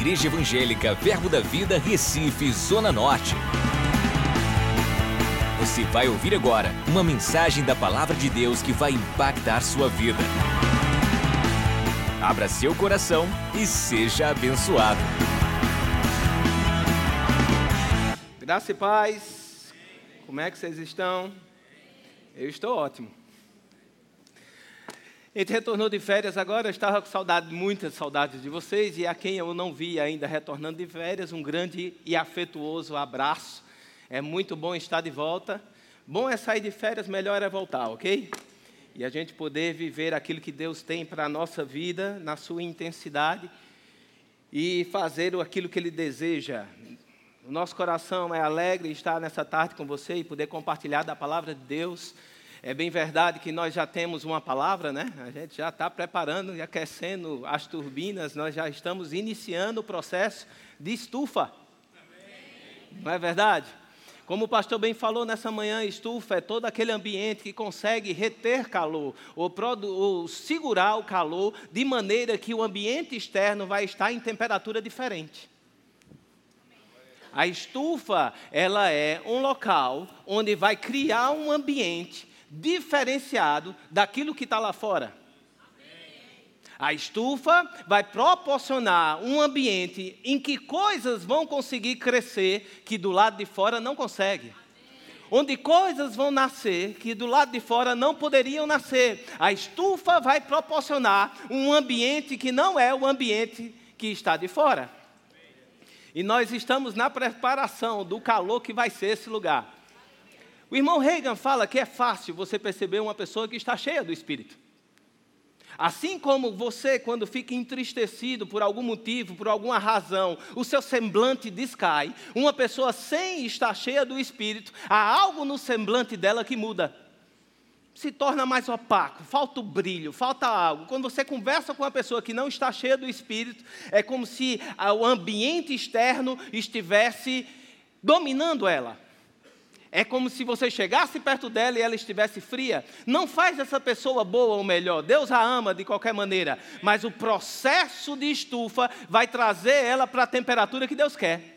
Igreja Evangélica Verbo da Vida, Recife, Zona Norte. Você vai ouvir agora uma mensagem da Palavra de Deus que vai impactar sua vida. Abra seu coração e seja abençoado. Graça e paz. Como é que vocês estão? Eu estou ótimo. A gente retornou de férias agora, eu estava com saudade, muitas saudades de vocês, e a quem eu não vi ainda retornando de férias, um grande e afetuoso abraço. É muito bom estar de volta. Bom é sair de férias, melhor é voltar, ok? E a gente poder viver aquilo que Deus tem para a nossa vida, na sua intensidade, e fazer aquilo que Ele deseja. O nosso coração é alegre estar nessa tarde com você e poder compartilhar da palavra de Deus. É bem verdade que nós já temos uma palavra, né? A gente já está preparando e aquecendo as turbinas, nós já estamos iniciando o processo de estufa. Não é verdade? Como o pastor bem falou nessa manhã, estufa é todo aquele ambiente que consegue reter calor ou segurar o calor de maneira que o ambiente externo vai estar em temperatura diferente. A estufa, ela é um local onde vai criar um ambiente diferenciado daquilo que está lá fora. A estufa vai proporcionar um ambiente em que coisas vão conseguir crescer que do lado de fora não consegue. Onde coisas vão nascer que do lado de fora não poderiam nascer. A estufa vai proporcionar um ambiente que não é o ambiente que está de fora. E nós estamos na preparação do calor que vai ser esse lugar. O irmão Reagan fala que é fácil você perceber uma pessoa que está cheia do Espírito. Assim como você, quando fica entristecido por algum motivo, por alguma razão, o seu semblante descai, uma pessoa sem estar cheia do Espírito, há algo no semblante dela que muda. Se torna mais opaco, falta o brilho, falta algo. Quando você conversa com uma pessoa que não está cheia do Espírito, é como se o ambiente externo estivesse dominando ela. É como se você chegasse perto dela e ela estivesse fria. Não faz essa pessoa boa ou melhor. Deus a ama de qualquer maneira. Mas o processo de estufa vai trazer ela para a temperatura que Deus quer.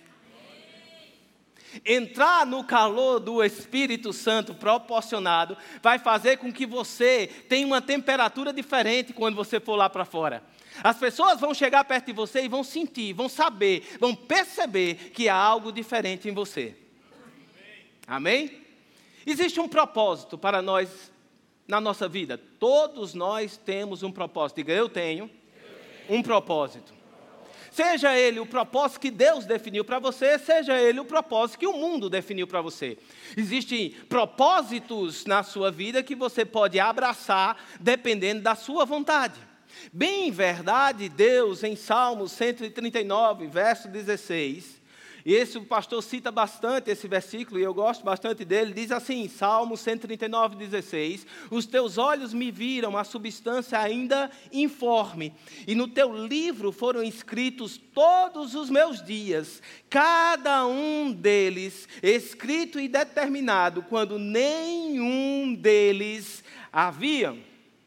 Entrar no calor do Espírito Santo proporcionado vai fazer com que você tenha uma temperatura diferente quando você for lá para fora. As pessoas vão chegar perto de você e vão sentir, vão saber, vão perceber que há algo diferente em você. Amém? Existe um propósito para nós na nossa vida. Todos nós temos um propósito. Diga, eu tenho um propósito. Seja ele o propósito que Deus definiu para você, seja ele o propósito que o mundo definiu para você. Existem propósitos na sua vida que você pode abraçar dependendo da sua vontade. Bem verdade, Deus em Salmo 139, verso 16... E esse o pastor cita bastante esse versículo, e eu gosto bastante dele, diz assim, Salmo 139, 16, os teus olhos me viram a substância ainda informe, e no teu livro foram escritos todos os meus dias, cada um deles escrito e determinado, quando nenhum deles haviam.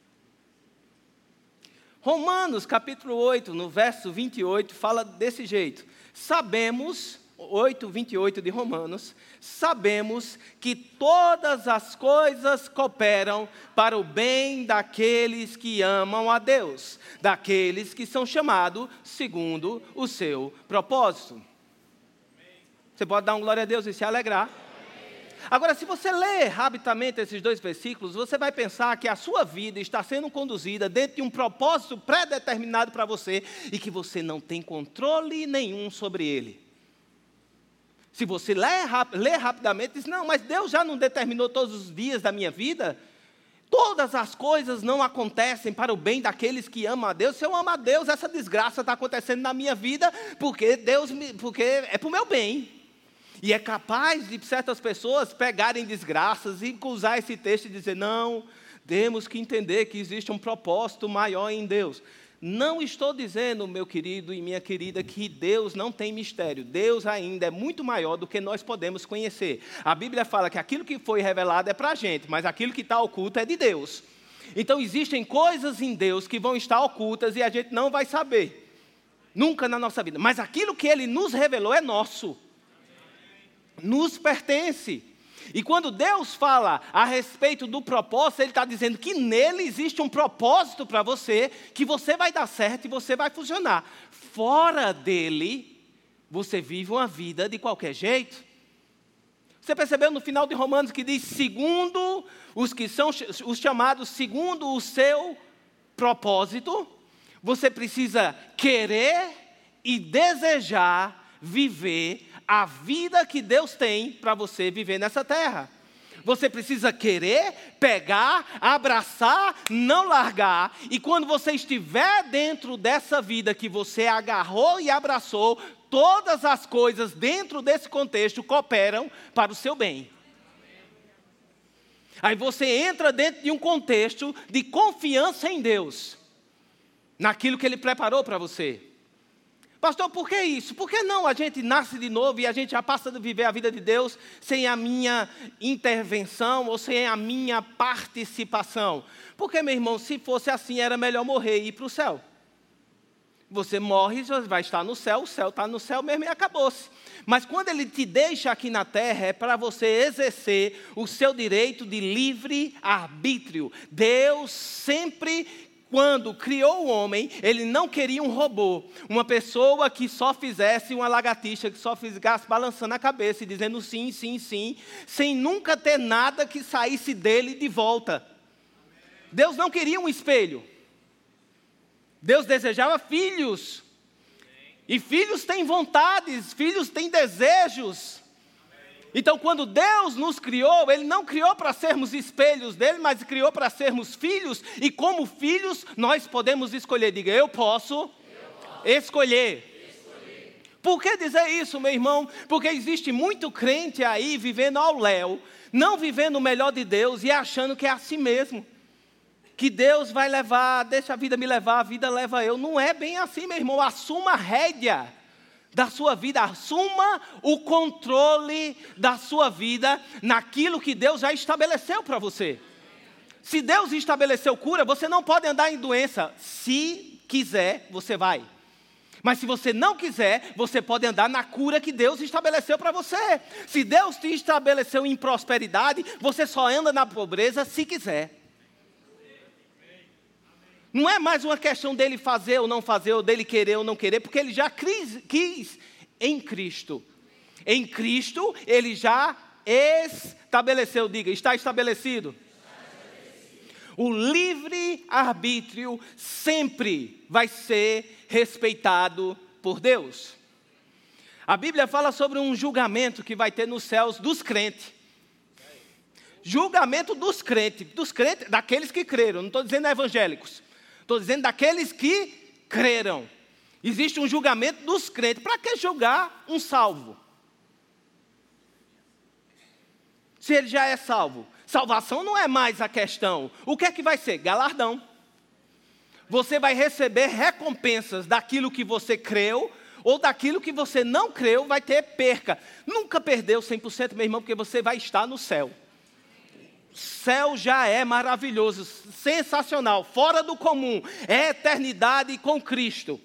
Romanos, capítulo 8, no verso 28, fala desse jeito, sabemos... 8:28 de Romanos, sabemos que todas as coisas cooperam para o bem daqueles que amam a Deus, daqueles que são chamados segundo o seu propósito. Você pode dar um glória a Deus e se alegrar. Agora, se você ler rapidamente esses dois versículos, você vai pensar que a sua vida está sendo conduzida dentro de um propósito pré-determinado para você e que você não tem controle nenhum sobre ele. Se você lê rapidamente, diz, não, mas Deus já não determinou todos os dias da minha vida? Todas as coisas não acontecem para o bem daqueles que amam a Deus. Se eu amo a Deus, essa desgraça está acontecendo na minha vida, porque é para o meu bem. E é capaz de certas pessoas pegarem desgraças e usar esse texto e dizer, não, temos que entender que existe um propósito maior em Deus. Não estou dizendo, meu querido e minha querida, que Deus não tem mistério. Deus ainda é muito maior do que nós podemos conhecer. A Bíblia fala que aquilo que foi revelado é para a gente, mas aquilo que está oculto é de Deus. Então existem coisas em Deus que vão estar ocultas e a gente não vai saber. Nunca na nossa vida. Mas aquilo que Ele nos revelou é nosso. Nos pertence. E quando Deus fala a respeito do propósito, Ele está dizendo que nele existe um propósito para você, que você vai dar certo e você vai funcionar. Fora dele, você vive uma vida de qualquer jeito. Você percebeu no final de Romanos que diz, segundo os que são os chamados, segundo o seu propósito, você precisa querer e desejar viver a vida que Deus tem para você viver nessa terra. Você precisa querer, pegar, abraçar, não largar. E quando você estiver dentro dessa vida que você agarrou e abraçou, todas as coisas dentro desse contexto cooperam para o seu bem. Aí você entra dentro de um contexto de confiança em Deus, naquilo que Ele preparou para você. Pastor, por que isso? Por que não a gente nasce de novo e a gente já passa de viver a vida de Deus sem a minha intervenção ou sem a minha participação? Porque, meu irmão, se fosse assim, era melhor morrer e ir para o céu. Você morre, você vai estar no céu, o céu está no céu mesmo e acabou-se. Mas quando Ele te deixa aqui na terra, é para você exercer o seu direito de livre arbítrio. Deus sempre, quando criou o homem, Ele não queria um robô, uma pessoa que só fizesse uma lagartixa, que só ficasse balançando a cabeça e dizendo sim, sim, sim, sem nunca ter nada que saísse dele de volta. Deus não queria um espelho. Deus desejava filhos. E filhos têm vontades, filhos têm desejos. Então, quando Deus nos criou, Ele não criou para sermos espelhos dEle, mas criou para sermos filhos. E como filhos, nós podemos escolher. Diga, eu posso escolher. Por que dizer isso, meu irmão? Porque existe muito crente aí vivendo ao léu, não vivendo o melhor de Deus e achando que é assim mesmo. Que Deus vai levar, deixa a vida me levar, a vida leva eu. Não é bem assim, meu irmão. Assuma a rédea da sua vida, assuma o controle da sua vida naquilo que Deus já estabeleceu para você. Se Deus estabeleceu cura, você não pode andar em doença. Se quiser, você vai. Mas se você não quiser, você pode andar na cura que Deus estabeleceu para você. Se Deus te estabeleceu em prosperidade, você só anda na pobreza se quiser. Não é mais uma questão dele fazer ou não fazer, ou dele querer ou não querer, porque ele já quis em Cristo. Em Cristo, ele já estabeleceu, diga, está estabelecido. O livre-arbítrio sempre vai ser respeitado por Deus. A Bíblia fala sobre um julgamento que vai ter nos céus dos crentes. Julgamento dos crentes, daqueles que creram, não estou dizendo evangélicos. Estou dizendo daqueles que creram. Existe um julgamento dos crentes. Para que julgar um salvo? Se ele já é salvo. Salvação não é mais a questão. O que é que vai ser? Galardão. Você vai receber recompensas daquilo que você creu, ou daquilo que você não creu, vai ter perca. Nunca perdeu 100%, meu irmão, porque você vai estar no céu. Céu já é maravilhoso, sensacional, fora do comum, é eternidade com Cristo.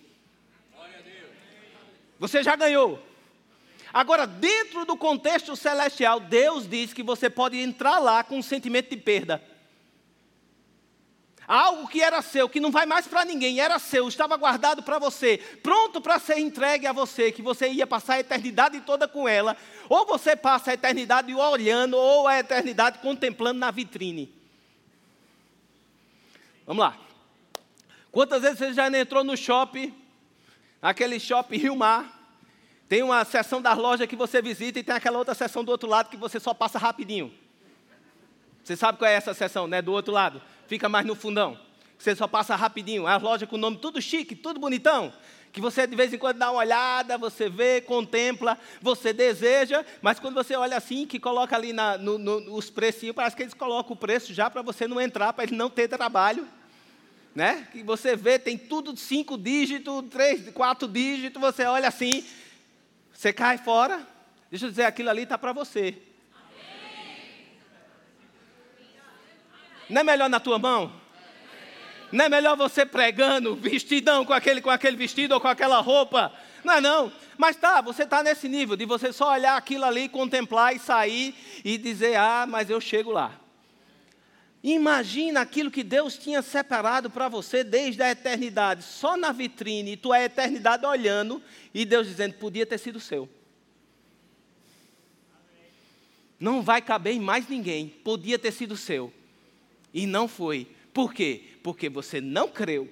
Você já ganhou. Agora, dentro do contexto celestial, Deus diz que você pode entrar lá com um sentimento de perda. Algo que era seu, que não vai mais para ninguém, era seu, estava guardado para você, pronto para ser entregue a você, que você ia passar a eternidade toda com ela, ou você passa a eternidade olhando, ou a eternidade contemplando na vitrine. Vamos lá. Quantas vezes você já entrou no shopping, aquele shopping Rio Mar, tem uma seção das lojas que você visita e tem aquela outra seção do outro lado que você só passa rapidinho. Você sabe qual é essa seção, né? Do outro lado. Fica mais no fundão. Você só passa rapidinho. As lojas com nome tudo chique, tudo bonitão. Que você de vez em quando dá uma olhada, você vê, contempla, você deseja. Mas quando você olha assim, que coloca ali os precinhos, parece que eles colocam o preço já para você não entrar, para ele não ter trabalho. Né? Que você vê, tem tudo 5 dígitos, 3, 4 dígitos. Você olha assim, você cai fora. Deixa eu dizer, aquilo ali está para você. Não é melhor na tua mão? Não é melhor você pregando, vestidão com aquele vestido ou com aquela roupa? Não é não. Mas você está nesse nível de você só olhar aquilo ali, contemplar e sair e dizer, mas eu chego lá. Imagina aquilo que Deus tinha separado para você desde a eternidade, só na vitrine, e tu a eternidade olhando, e Deus dizendo, podia ter sido seu. Não vai caber em mais ninguém, podia ter sido seu. E não foi. Por quê? Porque você não creu.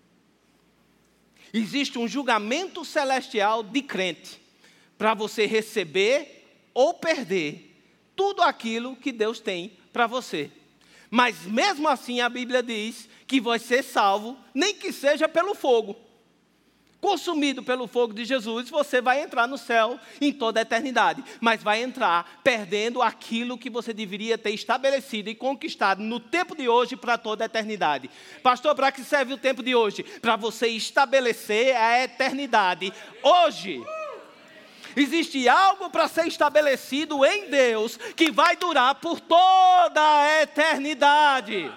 Existe um julgamento celestial de crente para você receber ou perder tudo aquilo que Deus tem para você. Mas mesmo assim a Bíblia diz que vai ser salvo, nem que seja pelo fogo. Consumido pelo fogo de Jesus, você vai entrar no céu em toda a eternidade. Mas vai entrar perdendo aquilo que você deveria ter estabelecido e conquistado no tempo de hoje para toda a eternidade. Pastor, para que serve o tempo de hoje? Para você estabelecer a eternidade hoje. Existe algo para ser estabelecido em Deus que vai durar por toda a eternidade.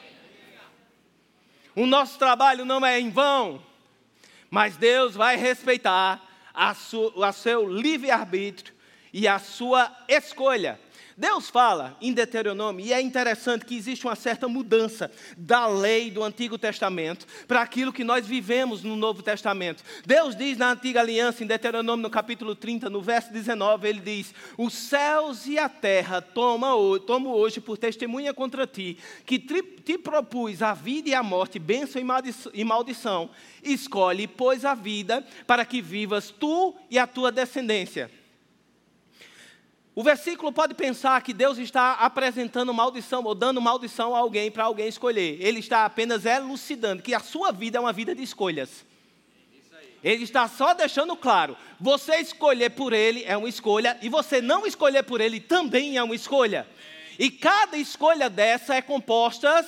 O nosso trabalho não é em vão. Mas Deus vai respeitar o seu livre-arbítrio e a sua escolha. Deus fala em Deuteronômio, e é interessante que existe uma certa mudança da lei do Antigo Testamento para aquilo que nós vivemos no Novo Testamento. Deus diz na Antiga Aliança, em Deuteronômio, no capítulo 30, no verso 19, Ele diz, os céus e a terra tomo hoje por testemunha contra ti, que te propus a vida e a morte, bênção e maldição. Escolhe, pois, a vida para que vivas tu e a tua descendência. O versículo pode pensar que Deus está apresentando maldição ou dando maldição a alguém para alguém escolher. Ele está apenas elucidando que a sua vida é uma vida de escolhas. Ele está só deixando claro, você escolher por ele é uma escolha e você não escolher por ele também é uma escolha. E cada escolha dessa é composta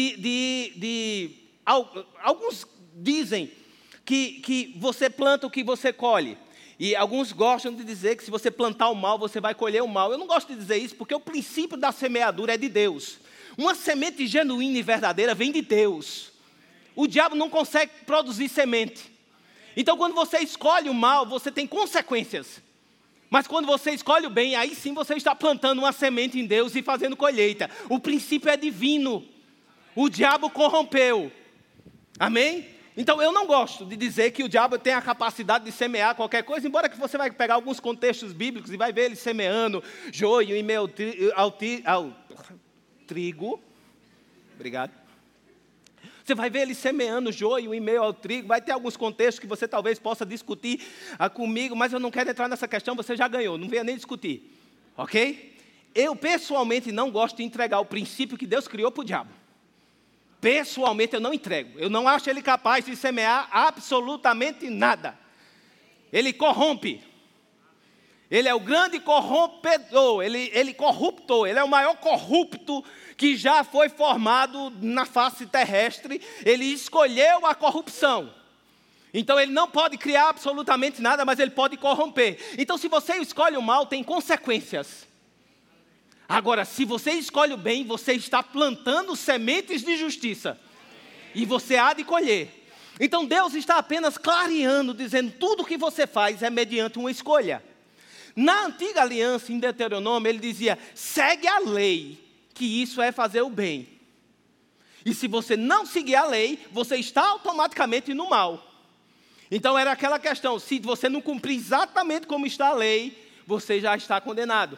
alguns dizem que você planta o que você colhe. E alguns gostam de dizer que se você plantar o mal, você vai colher o mal. Eu não gosto de dizer isso porque o princípio da semeadura é de Deus. Uma semente genuína e verdadeira vem de Deus. O diabo não consegue produzir semente. Então, quando você escolhe o mal, você tem consequências. Mas quando você escolhe o bem, aí sim você está plantando uma semente em Deus e fazendo colheita. O princípio é divino. O diabo corrompeu. Amém? Então, eu não gosto de dizer que o diabo tem a capacidade de semear qualquer coisa, embora que você vai pegar alguns contextos bíblicos e vai ver ele semeando joio em meio ao trigo. Obrigado. Você vai ver ele semeando joio em meio ao trigo. Vai ter alguns contextos que você talvez possa discutir comigo, mas eu não quero entrar nessa questão, você já ganhou, não venha nem discutir. Ok? Eu, pessoalmente, não gosto de entregar o princípio que Deus criou para o diabo. Pessoalmente eu não entrego. Eu não acho ele capaz de semear absolutamente nada. Ele corrompe. Ele é o grande corrompedor. Ele corruptou. Ele é o maior corrupto que já foi formado na face terrestre. Ele escolheu a corrupção. Então ele não pode criar absolutamente nada, mas ele pode corromper. Então se você escolhe o mal, tem consequências. Agora, se você escolhe o bem, você está plantando sementes de justiça. E você há de colher. Então, Deus está apenas clareando, dizendo tudo o que você faz é mediante uma escolha. Na Antiga Aliança, em Deuteronômio, ele dizia, segue a lei, que isso é fazer o bem. E se você não seguir a lei, você está automaticamente no mal. Então, era aquela questão, se você não cumprir exatamente como está a lei, você já está condenado.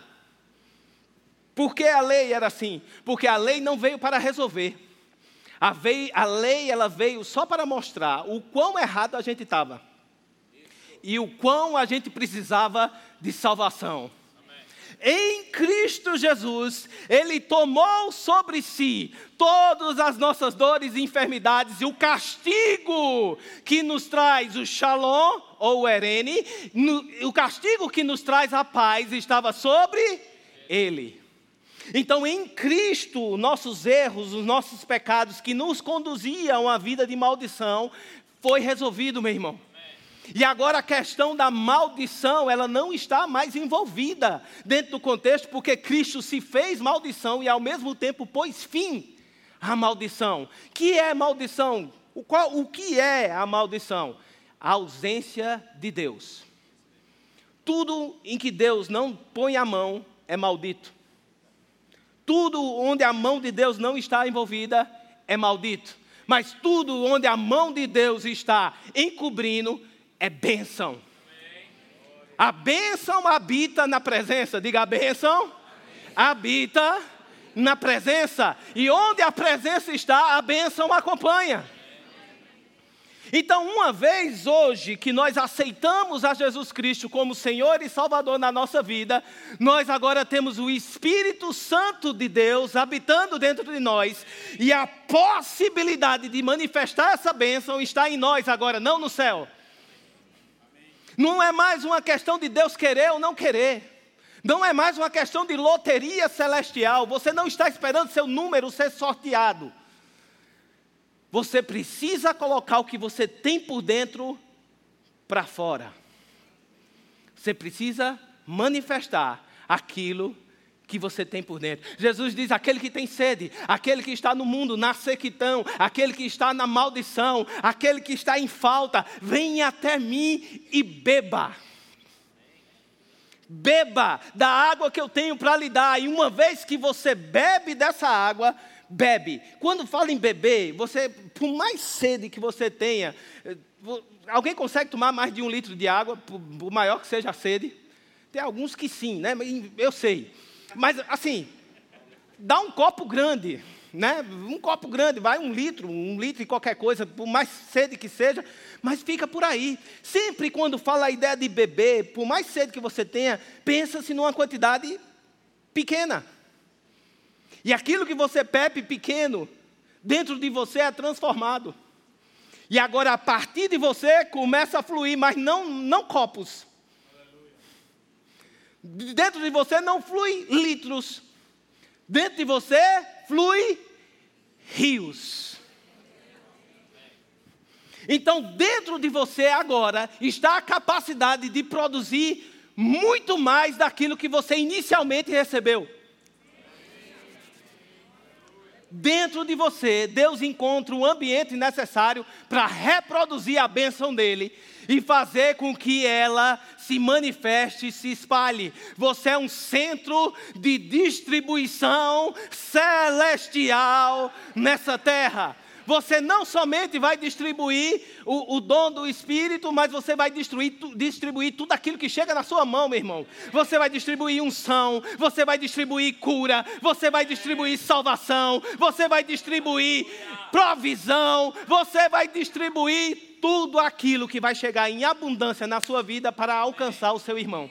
Por que a lei era assim? Porque a lei não veio para resolver. A lei ela veio só para mostrar o quão errado a gente estava. E o quão a gente precisava de salvação. Em Cristo Jesus, Ele tomou sobre si todas as nossas dores e enfermidades. E o castigo que nos traz o Shalom ou o Erene, o castigo que nos traz a paz estava sobre Ele. Então, em Cristo, nossos erros, os nossos pecados que nos conduziam a uma vida de maldição, foi resolvido, meu irmão. E agora a questão da maldição, ela não está mais envolvida dentro do contexto, porque Cristo se fez maldição e ao mesmo tempo pôs fim a maldição. Que é maldição? O que é a maldição? A ausência de Deus. Tudo em que Deus não põe a mão é maldito. Tudo onde a mão de Deus não está envolvida é maldito. Mas tudo onde a mão de Deus está encobrindo é bênção. A bênção habita na presença. Diga, a bênção habita na presença. E onde a presença está, a bênção acompanha. Então, uma vez hoje que nós aceitamos a Jesus Cristo como Senhor e Salvador na nossa vida, nós agora temos o Espírito Santo de Deus habitando dentro de nós, e a possibilidade de manifestar essa bênção está em nós agora, não no céu. Não é mais uma questão de Deus querer ou não querer. Não é mais uma questão de loteria celestial. Você não está esperando seu número ser sorteado. Você precisa colocar o que você tem por dentro para fora. Você precisa manifestar aquilo que você tem por dentro. Jesus diz, aquele que tem sede, aquele que está no mundo, na sequidão, aquele que está na maldição, aquele que está em falta, venha até mim e beba. Beba da água que eu tenho para lhe dar. E uma vez que você bebe dessa água, bebe. Quando fala em beber, você, por mais sede que você tenha, alguém consegue tomar mais de 1 litro de água, por maior que seja a sede? Tem alguns que sim, né? Eu sei. Mas assim, dá um copo grande, né? Um copo grande, vai 1 litro e qualquer coisa, por mais sede que seja, mas fica por aí. Sempre quando fala a ideia de beber, por mais sede que você tenha, pensa-se numa quantidade pequena. E aquilo que você bebe pequeno, dentro de você é transformado. E agora, a partir de você, começa a fluir, mas não copos. Dentro de você não flui litros. Dentro de você flui rios. Então, dentro de você agora está a capacidade de produzir muito mais daquilo que você inicialmente recebeu. Dentro de você, Deus encontra o ambiente necessário para reproduzir a bênção dele e fazer com que ela se manifeste e se espalhe. Você é um centro de distribuição celestial nessa terra. Você não somente vai distribuir o dom do Espírito, mas você vai distribuir tudo aquilo que chega na sua mão, meu irmão. Você vai distribuir unção, você vai distribuir cura, você vai distribuir salvação, você vai distribuir provisão, você vai distribuir tudo aquilo que vai chegar em abundância na sua vida para alcançar o seu irmão.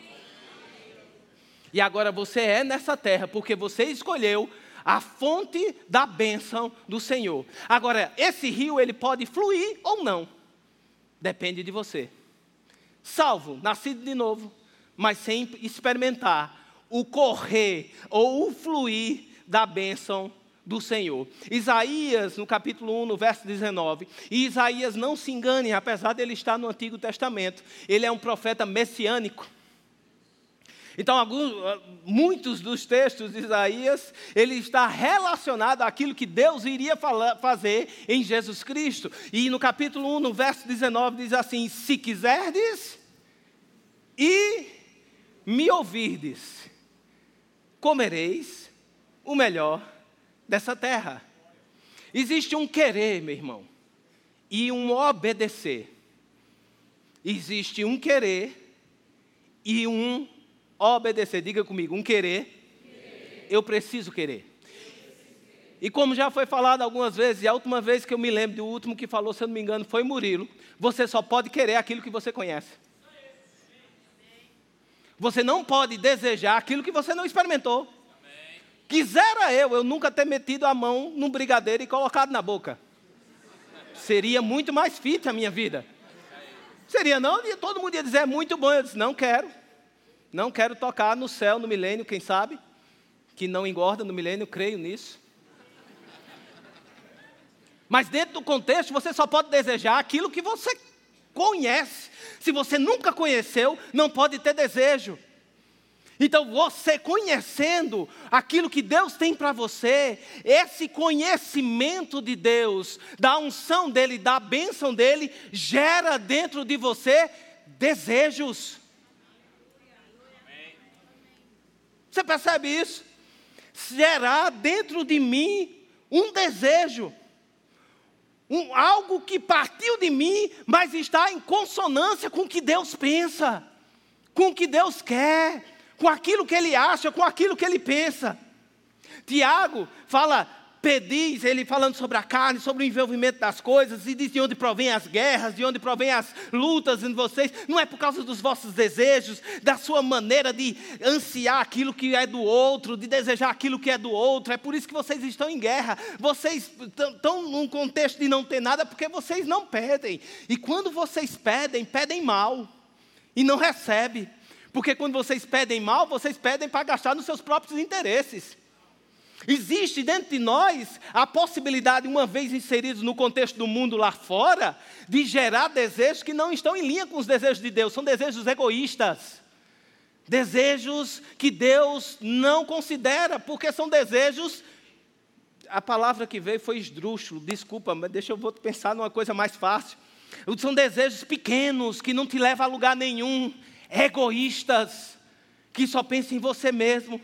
E agora você é nessa terra porque você escolheu a fonte da bênção do Senhor. Agora, esse rio, ele pode fluir ou não. Depende de você. Salvo, nascido de novo, mas sem experimentar o correr ou o fluir da bênção do Senhor. Isaías, no capítulo 1, no verso 19. E Isaías, não se engane, apesar de ele estar no Antigo Testamento, ele é um profeta messiânico. Então, muitos dos textos de Isaías, ele está relacionado àquilo que Deus iria fazer em Jesus Cristo. E no capítulo 1, no verso 19, diz assim: se quiserdes e me ouvirdes, comereis o melhor dessa terra. Existe um querer, meu irmão, e um obedecer. Existe um querer e um obedecer. Diga comigo, um querer. Eu preciso querer. E como já foi falado algumas vezes, e a última vez que eu me lembro, do último que falou, se eu não me engano, foi Murilo, você só pode querer aquilo que você conhece. Você não pode desejar aquilo que você não experimentou. Quisera eu nunca ter metido a mão num brigadeiro e colocado na boca. Seria muito mais fit a minha vida. Seria não? E todo mundo ia dizer, é muito bom. Eu disse, não quero. Não quero tocar no céu, no milênio, quem sabe? Que não engorda no milênio, creio nisso. Mas dentro do contexto, você só pode desejar aquilo que você conhece. Se você nunca conheceu, não pode ter desejo. Então você conhecendo aquilo que Deus tem para você, esse conhecimento de Deus, da unção dEle, da bênção dEle, gera dentro de você desejos. Você percebe isso? Gerar dentro de mim um desejo. Algo que partiu de mim, mas está em consonância com o que Deus pensa, com o que Deus quer, com aquilo que Ele acha, com aquilo que Ele pensa. Tiago fala, pedis, ele falando sobre a carne, sobre o envolvimento das coisas, e diz de onde provém as guerras, de onde provém as lutas em vocês. Não é por causa dos vossos desejos, da sua maneira de ansiar aquilo que é do outro, de desejar aquilo que é do outro. É por isso que vocês estão em guerra. Vocês estão num contexto de não ter nada, porque vocês não pedem. E quando vocês pedem, pedem mal, e não recebem. Porque quando vocês pedem mal, vocês pedem para gastar nos seus próprios interesses. Existe dentro de nós a possibilidade, uma vez inseridos no contexto do mundo lá fora, de gerar desejos que não estão em linha com os desejos de Deus. São desejos egoístas. Desejos que Deus não considera, porque são desejos... A palavra que veio foi esdrúxulo, desculpa, mas deixa eu vou pensar numa coisa mais fácil. São desejos pequenos, que não te levam a lugar nenhum. Egoístas, que só pensam em você mesmo.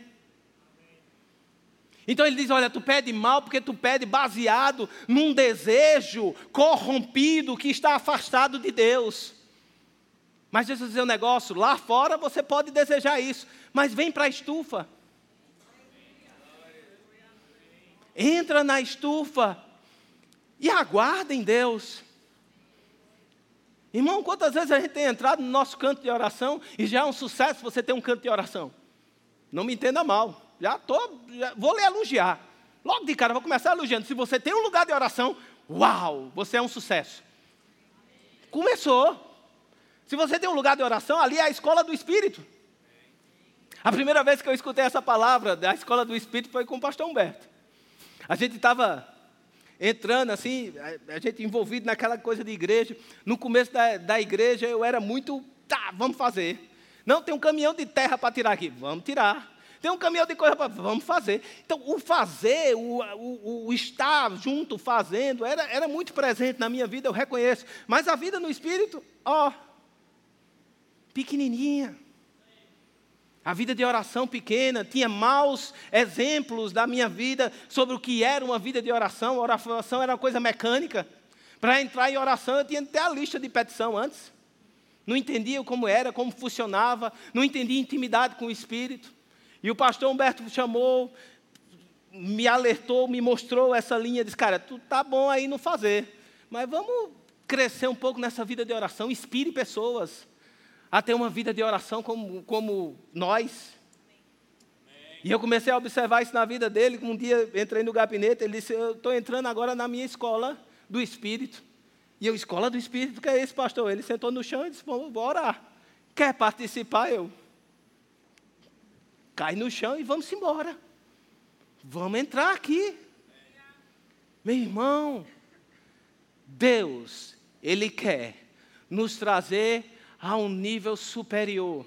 Então ele diz, olha, tu pede mal porque tu pede baseado num desejo corrompido que está afastado de Deus. Mas deixa eu dizer um negócio, lá fora você pode desejar isso, mas vem para a estufa. Entra na estufa e aguarda em Deus. Irmão, quantas vezes a gente tem entrado no nosso canto de oração e já é um sucesso você ter um canto de oração? Não me entenda mal, já vou lhe elogiar. Logo de cara, vou começar elogiando. Se você tem um lugar de oração, uau, você é um sucesso. Começou. Se você tem um lugar de oração, ali é a escola do Espírito. A primeira vez que eu escutei essa palavra da escola do Espírito foi com o pastor Humberto. A gente estava... entrando assim, a gente envolvido naquela coisa de igreja. No começo da igreja eu era muito, vamos fazer. Não, tem um caminhão de terra para tirar aqui, vamos tirar. Tem um caminhão de coisa para, vamos fazer. Então o fazer, o estar junto fazendo, era muito presente na minha vida, eu reconheço. Mas a vida no Espírito, pequenininha. A vida de oração pequena, tinha maus exemplos da minha vida sobre o que era uma vida de oração. A oração era uma coisa mecânica. Para entrar em oração eu tinha que ter a lista de petição antes. Não entendia como era, como funcionava, não entendia intimidade com o Espírito. E o pastor Humberto chamou, me alertou, me mostrou essa linha, disse, cara, tu tá bom aí no fazer, mas vamos crescer um pouco nessa vida de oração, inspire pessoas a ter uma vida de oração como nós. E eu comecei a observar isso na vida dele. Um dia entrei no gabinete, ele disse, eu estou entrando agora na minha escola do Espírito. E eu, escola do Espírito, que é esse, pastor? Ele sentou no chão e disse, vamos orar. Quer participar? Eu, cai no chão e vamos embora. Vamos entrar aqui. Meu irmão, Deus, Ele quer nos trazer a um nível superior.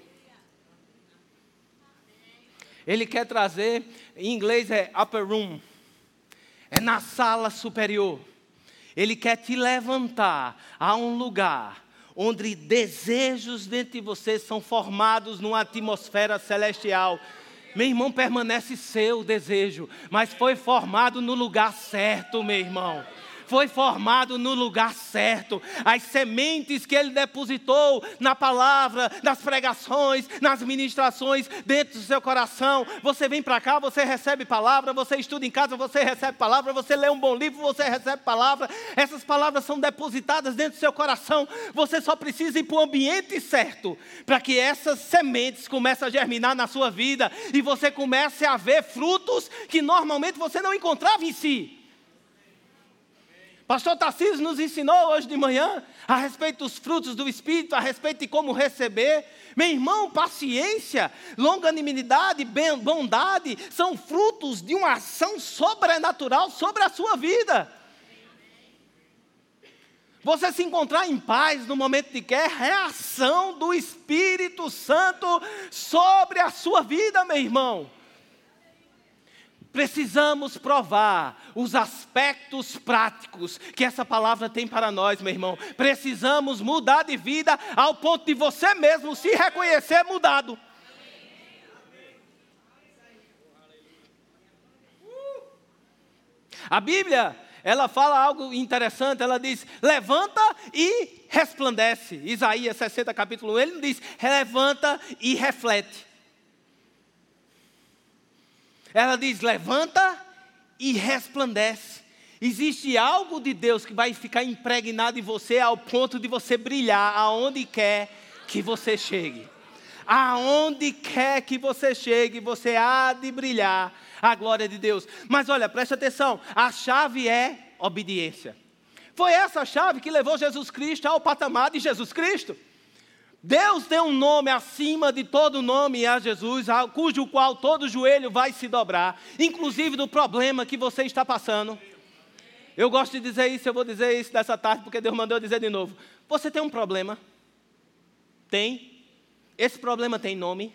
Ele quer trazer, em inglês é upper room, é na sala superior. Ele quer te levantar a um lugar onde desejos dentro de você são formados numa atmosfera celestial. Meu irmão, permanece seu o desejo, mas foi formado no lugar certo, meu irmão. Foi formado no lugar certo. As sementes que Ele depositou na palavra, nas pregações, nas ministrações, dentro do seu coração. Você vem para cá, você recebe palavra, você estuda em casa, você recebe palavra, você lê um bom livro, você recebe palavra. Essas palavras são depositadas dentro do seu coração. Você só precisa ir para o ambiente certo, para que essas sementes comecem a germinar na sua vida e você comece a ver frutos que normalmente você não encontrava em si. Pastor Tarcísio nos ensinou hoje de manhã a respeito dos frutos do Espírito, a respeito de como receber. Meu irmão, paciência, longanimidade, bondade, são frutos de uma ação sobrenatural sobre a sua vida. Você se encontrar em paz no momento de guerra é a ação do Espírito Santo sobre a sua vida, meu irmão. Precisamos provar os aspectos práticos que essa palavra tem para nós, meu irmão. Precisamos mudar de vida ao ponto de você mesmo se reconhecer mudado. A Bíblia, ela fala algo interessante, ela diz, levanta e resplandece. Isaías 60, capítulo 1, ele não diz, levanta e reflete. Ela diz, levanta e resplandece. Existe algo de Deus que vai ficar impregnado em você ao ponto de você brilhar aonde quer que você chegue. Aonde quer que você chegue, você há de brilhar a glória de Deus. Mas olha, preste atenção, a chave é obediência. Foi essa chave que levou Jesus Cristo ao patamar de Jesus Cristo. Deus deu um nome acima de todo nome a Jesus, cujo qual todo joelho vai se dobrar, inclusive do problema que você está passando. Eu gosto de dizer isso, eu vou dizer isso dessa tarde, porque Deus mandou eu dizer de novo. Você tem um problema? Tem? Esse problema tem nome?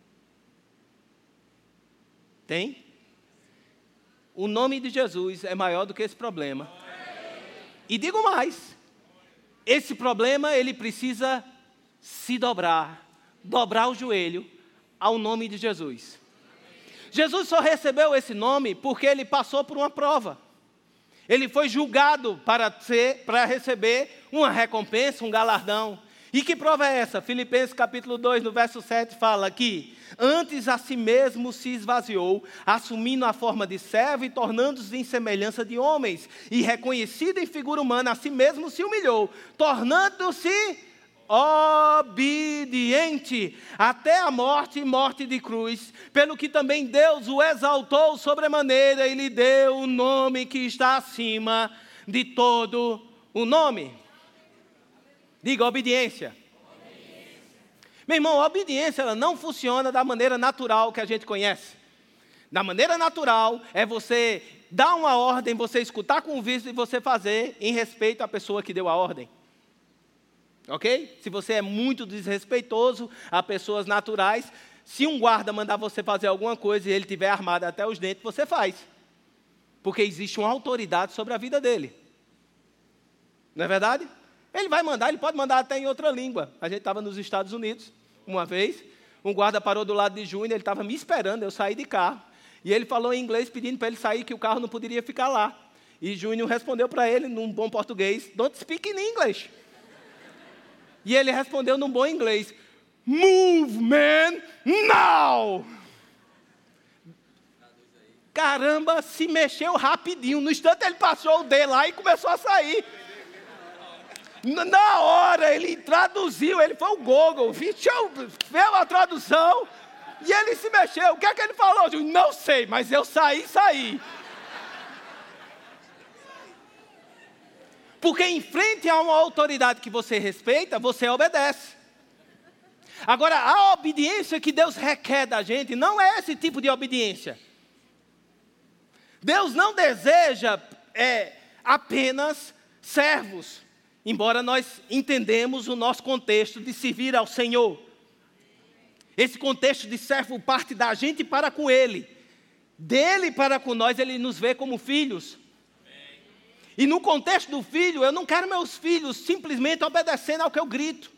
Tem? O nome de Jesus é maior do que esse problema. E digo mais, esse problema ele precisa se dobrar o joelho ao nome de Jesus. Jesus só recebeu esse nome porque ele passou por uma prova. Ele foi julgado para receber uma recompensa, um galardão. E que prova é essa? Filipenses capítulo 2, no verso 7, fala que antes a si mesmo se esvaziou, assumindo a forma de servo e tornando-se em semelhança de homens. E reconhecido em figura humana, a si mesmo se humilhou, tornando-se obediente até a morte e morte de cruz, pelo que também Deus o exaltou sobremaneira e lhe deu o nome que está acima de todo o nome. Diga obediência. Meu irmão, a obediência ela não funciona da maneira natural que a gente conhece. Da maneira natural é você dar uma ordem, você escutar com o visto e você fazer em respeito à pessoa que deu a ordem. Ok? Se você é muito desrespeitoso a pessoas naturais, se um guarda mandar você fazer alguma coisa e ele estiver armado até os dentes, você faz. Porque existe uma autoridade sobre a vida dele. Não é verdade? Ele vai mandar, ele pode mandar até em outra língua. A gente estava nos Estados Unidos, uma vez, um guarda parou do lado de Júnior, ele estava me esperando, eu saí de carro. E ele falou em inglês, pedindo para ele sair, que o carro não poderia ficar lá. E Júnior respondeu para ele, num bom português, "Don't speak in English." E ele respondeu num bom inglês, "Move, man, now!" Caramba, se mexeu rapidinho. No instante ele passou o D lá e começou a sair. Na hora ele traduziu, ele foi o Google, viu a tradução e ele se mexeu. O que é que ele falou? Eu não sei, mas eu saí. Porque em frente a uma autoridade que você respeita, você obedece. Agora, a obediência que Deus requer da gente não é esse tipo de obediência. Deus não deseja apenas servos, embora nós entendemos o nosso contexto de servir ao Senhor. Esse contexto de servo parte da gente para com Ele. Dele para com nós, Ele nos vê como filhos. E no contexto do filho, eu não quero meus filhos simplesmente obedecendo ao que eu grito.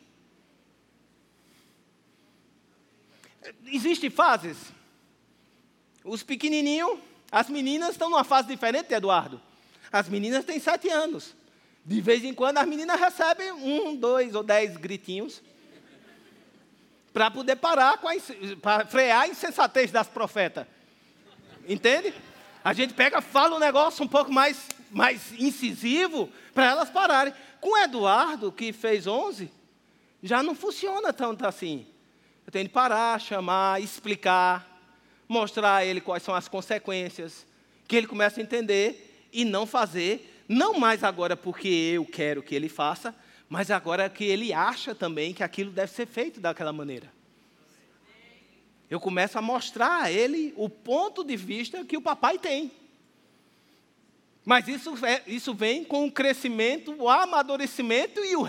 Existem fases. Os pequenininhos, as meninas estão numa fase diferente de Eduardo. As meninas têm 7 anos. De vez em quando as meninas recebem 1, 2 ou 10 gritinhos para poder parar, para frear a insensatez das profetas. Entende? A gente fala um negócio um pouco mais incisivo para elas pararem. Com o Eduardo, que fez 11, já não funciona tanto assim. Eu tenho que parar, chamar, explicar, mostrar a ele quais são as consequências, que ele comece a entender e não fazer, não mais agora porque eu quero que ele faça, mas agora que ele acha também que aquilo deve ser feito daquela maneira. Eu começo a mostrar a ele o ponto de vista que o papai tem. Mas isso vem com o crescimento, o amadurecimento e o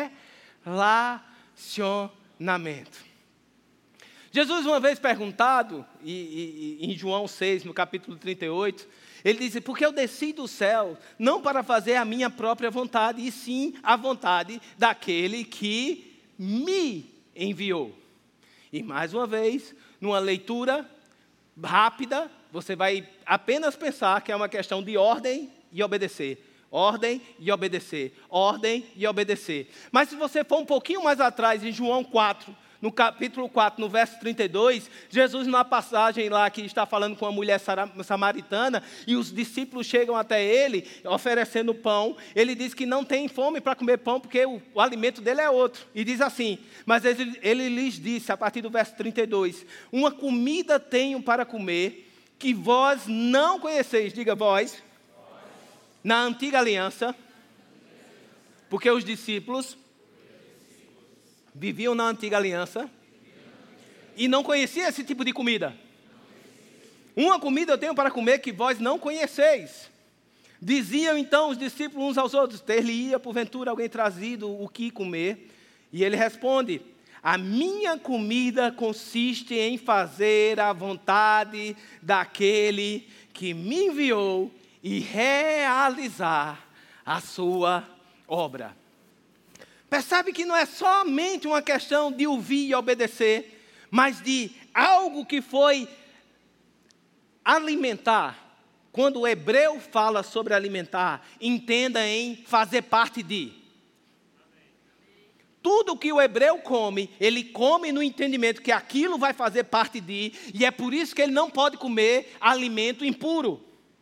relacionamento. Jesus, uma vez perguntado, em João 6, no capítulo 38, ele disse: porque eu desci do céu, não para fazer a minha própria vontade, e sim a vontade daquele que me enviou. E mais uma vez, numa leitura rápida, você vai apenas pensar que é uma questão de ordem e obedecer. Ordem e obedecer. Ordem e obedecer. Mas se você for um pouquinho mais atrás, em João 4, no capítulo 4, no verso 32, Jesus, numa passagem lá que está falando com uma mulher samaritana, e os discípulos chegam até ele, oferecendo pão, ele diz que não tem fome para comer pão, porque o alimento dele é outro. E diz assim, mas ele lhes disse, a partir do verso 32, uma comida tenho para comer, que vós não conheceis, diga vós, na antiga aliança, porque os discípulos viviam na antiga aliança e não conheciam esse tipo de comida. Uma comida eu tenho para comer que vós não conheceis. Diziam então os discípulos uns aos outros: ter-lhe-ia porventura alguém trazido o que comer? E ele responde: a minha comida consiste em fazer a vontade daquele que me enviou e realizar a sua obra. Percebe que não é somente uma questão de ouvir e obedecer, mas de algo que foi alimentar. Quando o hebreu fala sobre alimentar, entenda em fazer parte de. Tudo que o hebreu come, ele come no entendimento que aquilo vai fazer parte de, e é por isso que ele não pode comer alimento impuro.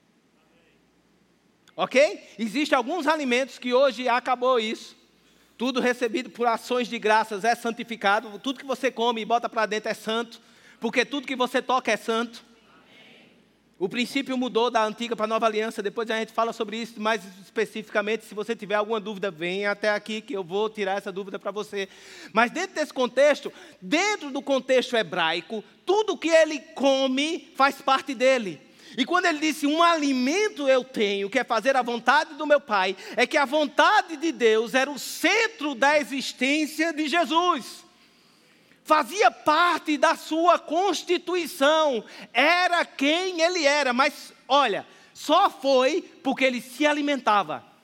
Ok? Existem alguns alimentos que hoje acabou isso. Tudo recebido por ações de graças é santificado. Tudo que você come e bota para dentro é santo. Porque tudo que você toca é santo. O princípio mudou da antiga para a nova aliança. Depois a gente fala sobre isso mais especificamente. Se você tiver alguma dúvida, venha até aqui que eu vou tirar essa dúvida para você. Mas dentro desse contexto, dentro do contexto hebraico, tudo que ele come faz parte dele. E quando ele disse, um alimento eu tenho, que é fazer a vontade do meu Pai, é que a vontade de Deus era o centro da existência de Jesus. Fazia parte da sua constituição, era quem ele era, mas olha, só foi porque ele se alimentava.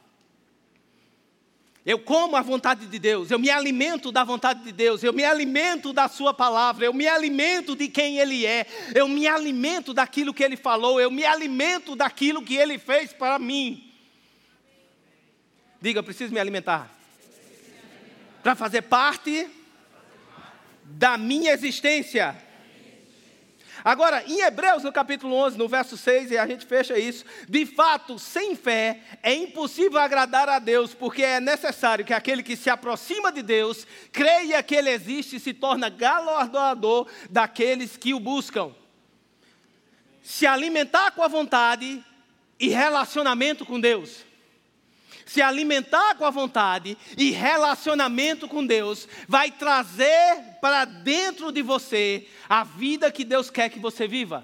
Eu como a vontade de Deus, eu me alimento da vontade de Deus, eu me alimento da sua palavra, eu me alimento de quem Ele é, eu me alimento daquilo que Ele falou, eu me alimento daquilo que Ele fez para mim. Diga, eu preciso me alimentar. Para fazer parte da minha existência. Agora, em Hebreus, no capítulo 11, no verso 6, e a gente fecha isso, de fato, sem fé, é impossível agradar a Deus, porque é necessário que aquele que se aproxima de Deus, creia que Ele existe e se torna galardoador daqueles que o buscam. Se alimentar com a vontade e relacionamento com Deus. Se alimentar com a vontade e relacionamento com Deus vai trazer para dentro de você a vida que Deus quer que você viva.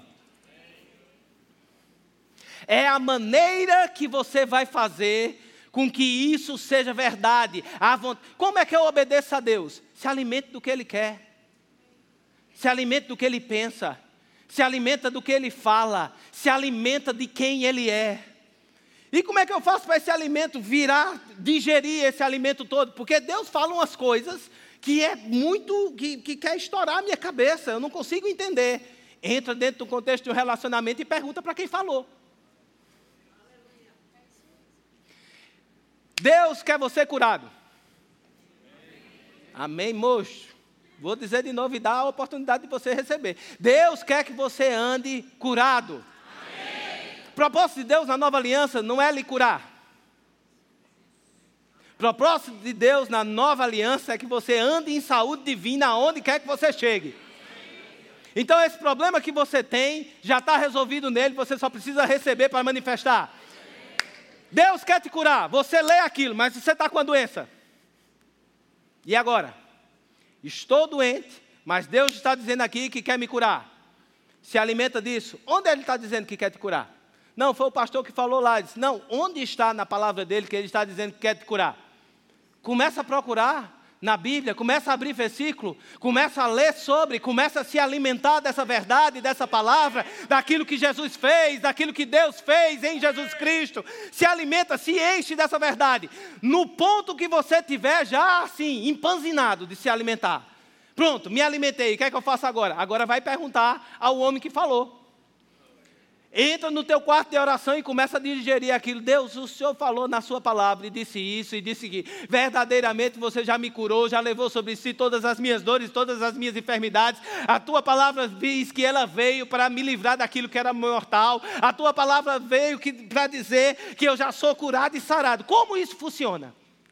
É a maneira que você vai fazer com que isso seja verdade. Como é que eu obedeço a Deus? Se alimente do que Ele quer. Se alimente do que Ele pensa. Se alimenta do que Ele fala. Se alimenta de quem Ele é. E como é que eu faço para esse alimento digerir esse alimento todo? Porque Deus fala umas coisas que é muito, que quer estourar a minha cabeça, eu não consigo entender. Entra dentro do contexto de um relacionamento e pergunta para quem falou. Deus quer você curado. Amém, moço? Vou dizer de novo e dar a oportunidade de você receber. Deus quer que você ande curado. O propósito de Deus na nova aliança não é lhe curar. O propósito de Deus na nova aliança é que você ande em saúde divina aonde quer que você chegue. Então esse problema que você tem já está resolvido nele, você só precisa receber para manifestar. Deus quer te curar, você lê aquilo, mas você está com a doença. E agora? Estou doente, mas Deus está dizendo aqui que quer me curar. Se alimenta disso. Onde Ele está dizendo que quer te curar? Não, foi o pastor que falou lá. Disse, não, onde está na palavra dele que ele está dizendo que quer te curar? Começa a procurar na Bíblia, começa a abrir versículo, começa a ler sobre, começa a se alimentar dessa verdade, dessa palavra, daquilo que Jesus fez, daquilo que Deus fez em Jesus Cristo. Se alimenta, se enche dessa verdade. No ponto que você tiver já assim, empanzinado de se alimentar. Pronto, me alimentei, o que é que eu faço agora? Agora vai perguntar ao homem que falou. Entra no teu quarto de oração e começa a digerir aquilo. Deus, o Senhor falou na sua palavra e disse isso e disse que verdadeiramente você já me curou, já levou sobre si todas as minhas dores, todas as minhas enfermidades. A tua palavra diz que ela veio para me livrar daquilo que era mortal. A tua palavra veio para dizer que eu já sou curado e sarado. Como isso funciona?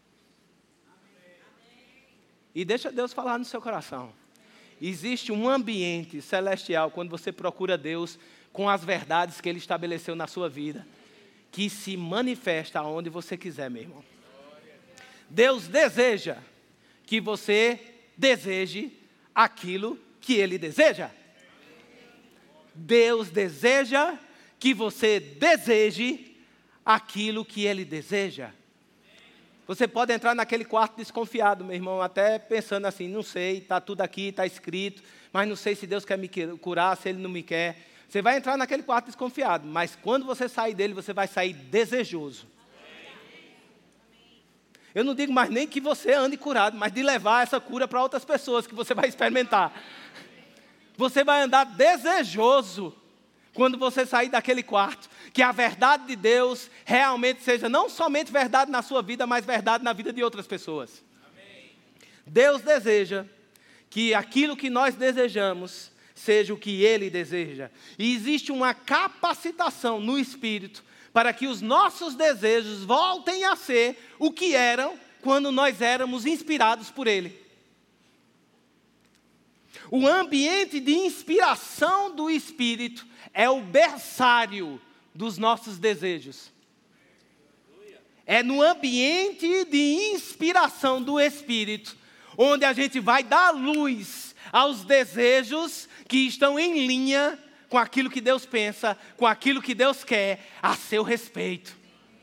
E deixa Deus falar no seu coração. Existe um ambiente celestial quando você procura Deus com as verdades que Ele estabeleceu na sua vida, que se manifesta aonde você quiser, meu irmão. Deus deseja que você deseje aquilo que Ele deseja. Deus deseja que você deseje aquilo que Ele deseja. Você pode entrar naquele quarto desconfiado, meu irmão, até pensando assim, não sei, está tudo aqui, está escrito, mas não sei se Deus quer me curar, se Ele não me quer. Você vai entrar naquele quarto desconfiado, mas quando você sair dele, você vai sair desejoso. Eu não digo mais nem que você ande curado, mas de levar essa cura para outras pessoas que você vai experimentar. Você vai andar desejoso quando você sair daquele quarto, que a verdade de Deus realmente seja não somente verdade na sua vida, mas verdade na vida de outras pessoas. Deus deseja que aquilo que nós desejamos seja o que Ele deseja. E existe uma capacitação no Espírito para que os nossos desejos voltem a ser o que eram quando nós éramos inspirados por Ele. O ambiente de inspiração do Espírito é o berçário dos nossos desejos. É no ambiente de inspiração do Espírito onde a gente vai dar luz aos desejos que estão em linha com aquilo que Deus pensa, com aquilo que Deus quer a seu respeito.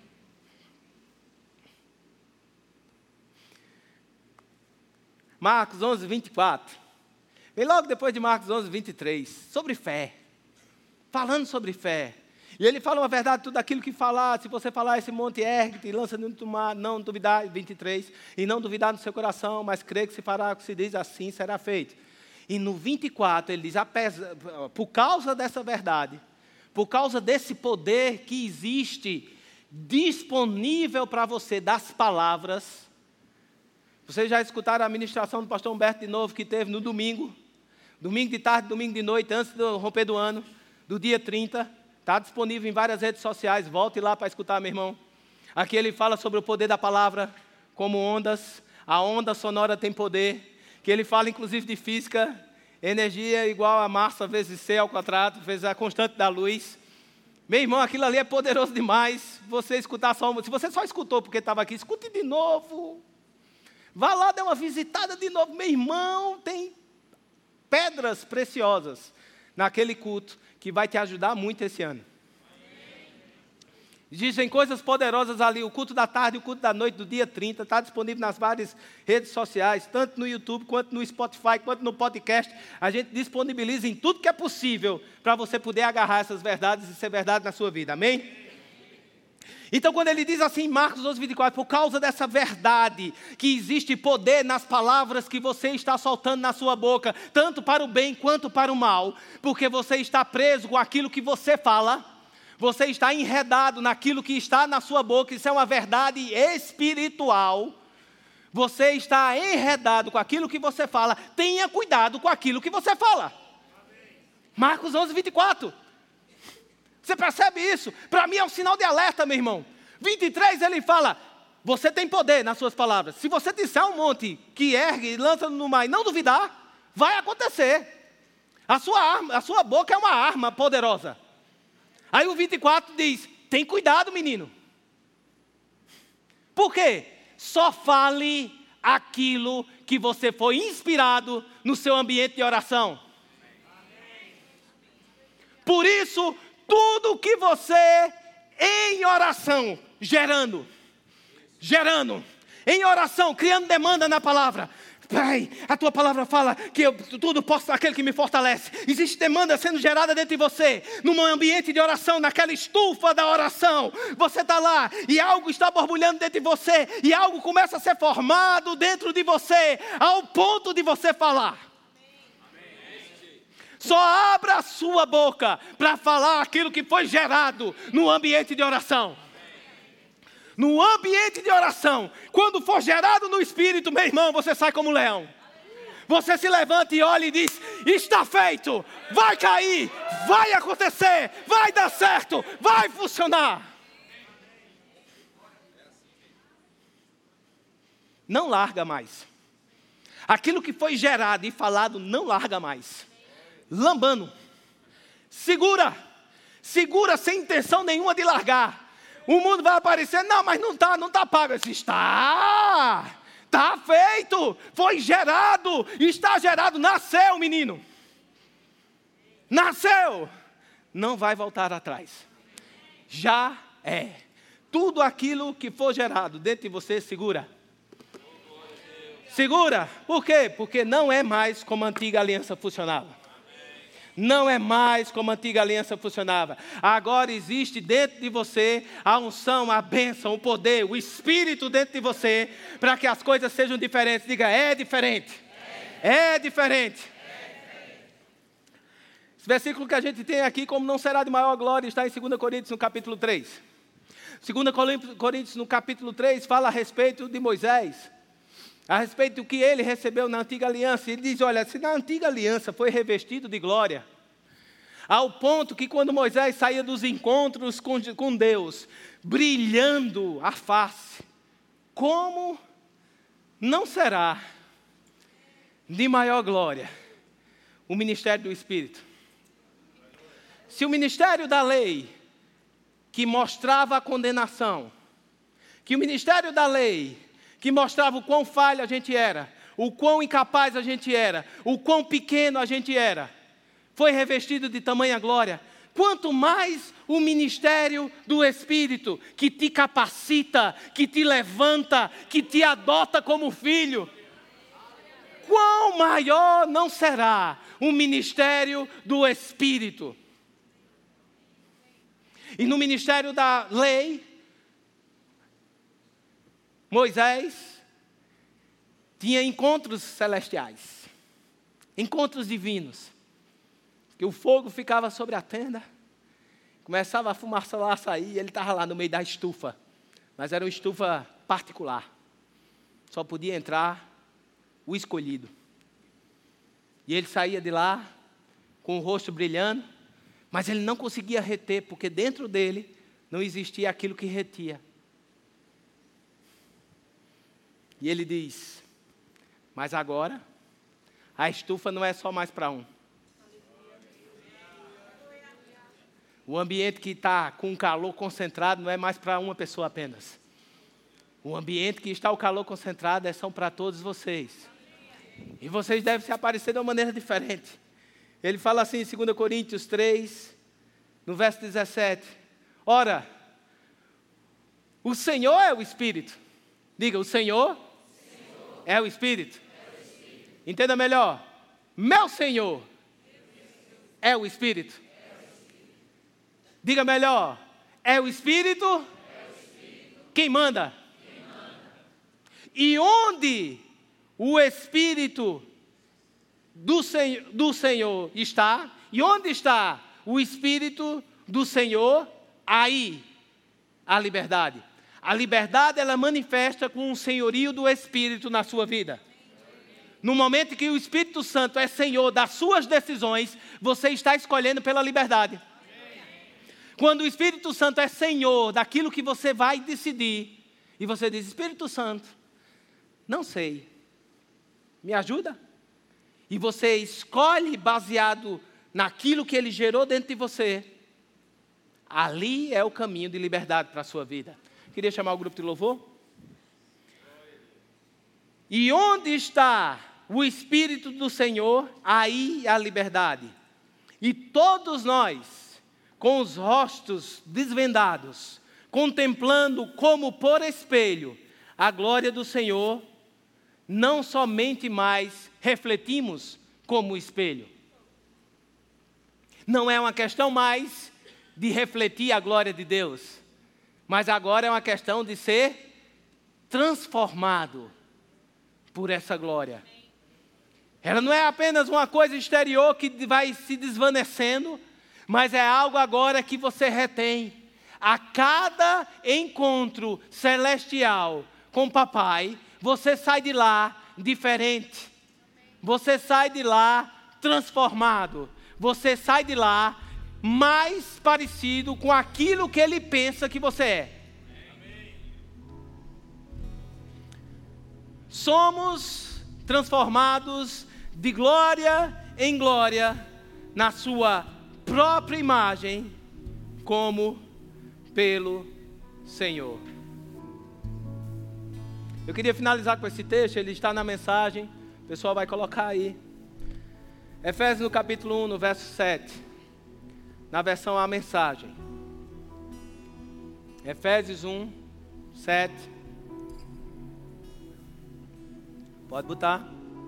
Marcos 11, 24. Vem logo depois de Marcos 11, 23. Sobre fé. Falando sobre fé. E ele fala uma verdade, tudo aquilo que falar, se você falar esse monte, ergue-te e lança no mar, não duvidar, 23. E não duvidar no seu coração, mas crê que se fará o que se diz, assim será feito. E no 24 ele diz, por causa dessa verdade, por causa desse poder que existe disponível para você das palavras. Vocês já escutaram a ministração do pastor Humberto de novo que teve no domingo de tarde, domingo de noite, antes do romper do ano, do dia 30. Está disponível em várias redes sociais, volte lá para escutar, meu irmão. Aqui ele fala sobre o poder da palavra como ondas. A onda sonora tem poder. Que ele fala inclusive de física, energia igual a massa vezes C ao quadrado, vezes a constante da luz. Meu irmão, aquilo ali é poderoso demais. Você escutar só, se você só escutou porque estava aqui, escute de novo. Vá lá, dê uma visitada de novo. Meu irmão, tem pedras preciosas naquele culto que vai te ajudar muito esse ano. Dizem coisas poderosas ali, o culto da tarde, o culto da noite, do dia 30, está disponível nas várias redes sociais, tanto no YouTube, quanto no Spotify, quanto no podcast. A gente disponibiliza em tudo que é possível para você poder agarrar essas verdades e ser verdade na sua vida, amém? Então quando ele diz assim, Marcos 12, 24, por causa dessa verdade, que existe poder nas palavras que você está soltando na sua boca, tanto para o bem quanto para o mal, porque você está preso com aquilo que você fala, você está enredado naquilo que está na sua boca, isso é uma verdade espiritual. Você está enredado com aquilo que você fala, tenha cuidado com aquilo que você fala. Marcos 11, 24. Você percebe isso? Para mim é um sinal de alerta, meu irmão. 23 ele fala, você tem poder nas suas palavras. Se você disser um monte que ergue e lança no mar e não duvidar, vai acontecer. A sua boca é uma arma poderosa. Aí o 24 diz, tem cuidado, menino. Por quê? Só fale aquilo que você foi inspirado no seu ambiente de oração. Por isso, Tudo que você em oração, gerando, em oração, criando demanda na palavra. Pai, a tua palavra fala que eu tudo posso naquele que me fortalece. Existe demanda sendo gerada dentro de você, num ambiente de oração, naquela estufa da oração. Você está lá e algo está borbulhando dentro de você, e algo começa a ser formado dentro de você, ao ponto de você falar. Só abra a sua boca para falar aquilo que foi gerado no ambiente de oração. No ambiente de oração, quando for gerado no Espírito, meu irmão, você sai como leão. Você se levanta e olha e diz: está feito, vai cair, vai acontecer, vai dar certo, vai funcionar. Não larga mais. Aquilo que foi gerado e falado, não larga mais. Lambando. Segura sem intenção nenhuma de largar. O mundo vai aparecer, não, mas não está pago. Está feito, foi gerado, está gerado, nasceu, menino. Nasceu, não vai voltar atrás. Já é. Tudo aquilo que for gerado dentro de você, segura. Segura, por quê? Porque não é mais como a antiga aliança funcionava. Não é mais como a antiga aliança funcionava. Agora existe dentro de você a unção, a bênção, o poder, o Espírito dentro de você, para que as coisas sejam diferentes. Diga, é diferente. É diferente. Esse versículo que a gente tem aqui, como não será de maior glória, está em 2 Coríntios, no capítulo 3. 2 Coríntios, no capítulo 3, fala a respeito de Moisés. A respeito do que ele recebeu na antiga aliança. Ele diz, olha, se na antiga aliança foi revestido de glória, ao ponto que quando Moisés saía dos encontros com Deus, brilhando a face, como não será de maior glória o ministério do Espírito? Se o ministério da lei, que mostrava a condenação, que o ministério da lei, que mostrava o quão falho a gente era, o quão incapaz a gente era, o quão pequeno a gente era, foi revestido de tamanha glória, quanto mais o ministério do Espírito, que te capacita, que te levanta, que te adota como filho, quão maior não será o ministério do Espírito? E no ministério da lei, Moisés tinha encontros celestiais, encontros divinos, que o fogo ficava sobre a tenda, começava a fumaça lá a sair, e ele estava lá no meio da estufa, mas era uma estufa particular, só podia entrar o escolhido. E ele saía de lá com o rosto brilhando, mas ele não conseguia reter, porque dentro dele não existia aquilo que retia. E ele diz, mas agora, a estufa não é só mais para um. O ambiente que está com calor concentrado não é mais para uma pessoa apenas. O ambiente que está o calor concentrado são para todos vocês. E vocês devem se aparecer de uma maneira diferente. Ele fala assim em 2 Coríntios 3, no verso 17. Ora, o Senhor é o Espírito. Diga, o Senhor é o Espírito. Entenda melhor. Meu Senhor é o Espírito. Diga melhor. É o Espírito? Quem manda? E onde o Espírito do Senhor está, e onde está o Espírito do Senhor, aí a liberdade. A liberdade, ela manifesta com o senhorio do Espírito na sua vida. No momento que o Espírito Santo é Senhor das suas decisões, você está escolhendo pela liberdade. Quando o Espírito Santo é Senhor daquilo que você vai decidir, e você diz, Espírito Santo, não sei, me ajuda? E você escolhe baseado naquilo que Ele gerou dentro de você, ali é o caminho de liberdade para a sua vida. Queria chamar o grupo de louvor. E onde está o Espírito do Senhor, aí a liberdade. E todos nós, com os rostos desvendados, contemplando como por espelho a glória do Senhor, não somente mais refletimos como espelho. Não é uma questão mais de refletir a glória de Deus, mas agora é uma questão de ser transformado por essa glória. Ela não é apenas uma coisa exterior que vai se desvanecendo, mas é algo agora que você retém. A cada encontro celestial com o papai, você sai de lá diferente. Você sai de lá transformado. Você sai de lá mais parecido com aquilo que ele pensa que você é. Somos transformados de glória em glória na sua própria imagem, como pelo Senhor. Eu queria finalizar com esse texto, ele está na mensagem, o pessoal vai colocar aí. Efésios no capítulo 1, no verso 7, na versão A Mensagem. Efésios 1, 7. Pode botar.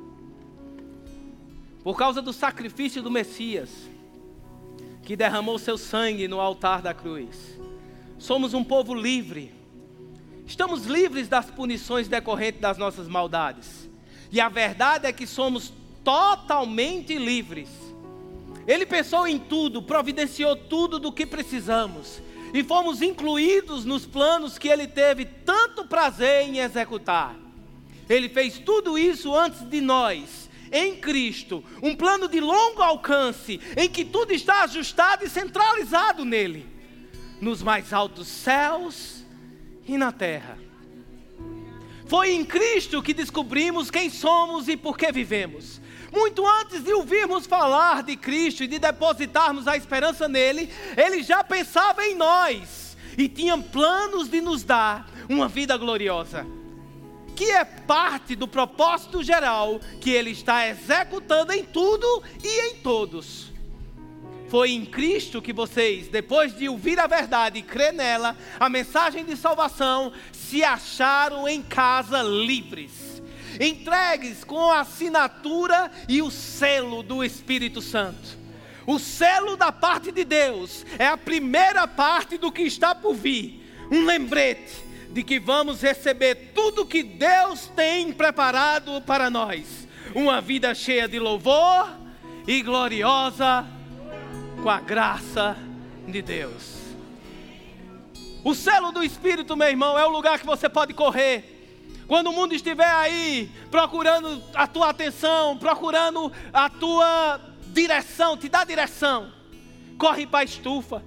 Por causa do sacrifício do Messias, que derramou seu sangue no altar da cruz, somos um povo livre. Estamos livres das punições decorrentes das nossas maldades. E a verdade é que somos totalmente livres. Ele pensou em tudo, providenciou tudo do que precisamos. E fomos incluídos nos planos que ele teve tanto prazer em executar. Ele fez tudo isso antes de nós, em Cristo, um plano de longo alcance, em que tudo está ajustado e centralizado nele, nos mais altos céus e na terra. Foi em Cristo que descobrimos quem somos e por que vivemos. Muito antes de ouvirmos falar de Cristo e de depositarmos a esperança nele, ele já pensava em nós e tinha planos de nos dar uma vida gloriosa, que é parte do propósito geral que ele está executando em tudo e em todos. Foi em Cristo que vocês, depois de ouvir a verdade e crer nela, a mensagem de salvação, se acharam em casa livres, entregues com a assinatura e o selo do Espírito Santo. O selo da parte de Deus é a primeira parte do que está por vir, um lembrete de que vamos receber tudo que Deus tem preparado para nós. Uma vida cheia de louvor e gloriosa com a graça de Deus. O selo do Espírito, meu irmão, é o lugar que você pode correr. Quando o mundo estiver aí procurando a tua atenção, procurando a tua direção, te dá direção, corre para a estufa.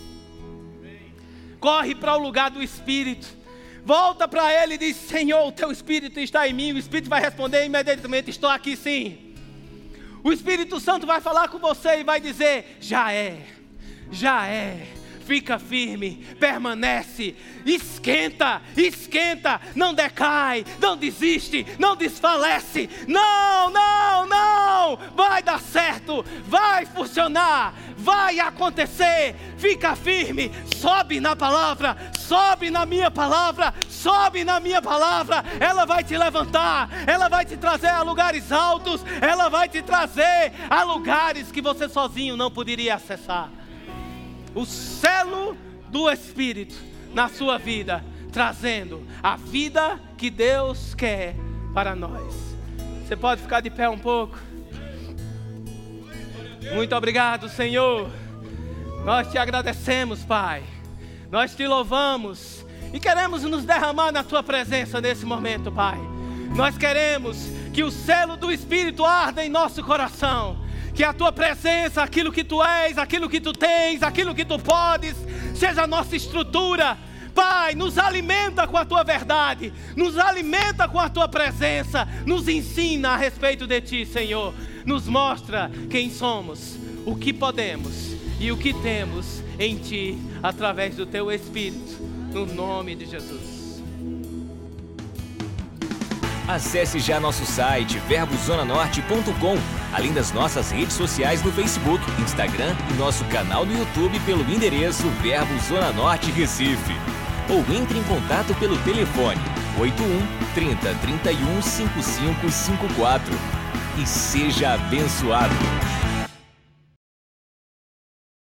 Corre para o lugar do Espírito. Volta para Ele e diz: Senhor, o Teu Espírito está em mim. O Espírito vai responder imediatamente: estou aqui sim. O Espírito Santo vai falar com você e vai dizer: já é, fica firme, permanece, esquenta, não decai, não desiste, não desfalece, não, vai dar certo, vai funcionar, vai acontecer, fica firme, sobe na palavra, sobe na minha palavra, ela vai te levantar, ela vai te trazer a lugares altos, ela vai te trazer a lugares que você sozinho não poderia acessar. O selo do Espírito na sua vida, trazendo a vida que Deus quer para nós. Você pode ficar de pé um pouco? Muito obrigado, Senhor. Nós te agradecemos, Pai. Nós te louvamos e queremos nos derramar na tua presença nesse momento, Pai. Nós queremos que o selo do Espírito arda em nosso coração. Que a tua presença, aquilo que tu és, aquilo que tu tens, aquilo que tu podes, seja a nossa estrutura. Pai, nos alimenta com a tua verdade, nos alimenta com a tua presença, nos ensina a respeito de ti, Senhor. Nos mostra quem somos, o que podemos e o que temos em ti, através do teu Espírito, no nome de Jesus. Acesse já nosso site verbozonanorte.com, além das nossas redes sociais no Facebook, Instagram e nosso canal no YouTube pelo endereço Verbo Zona Norte Recife. Ou entre em contato pelo telefone 81 30 31 5554 e seja abençoado.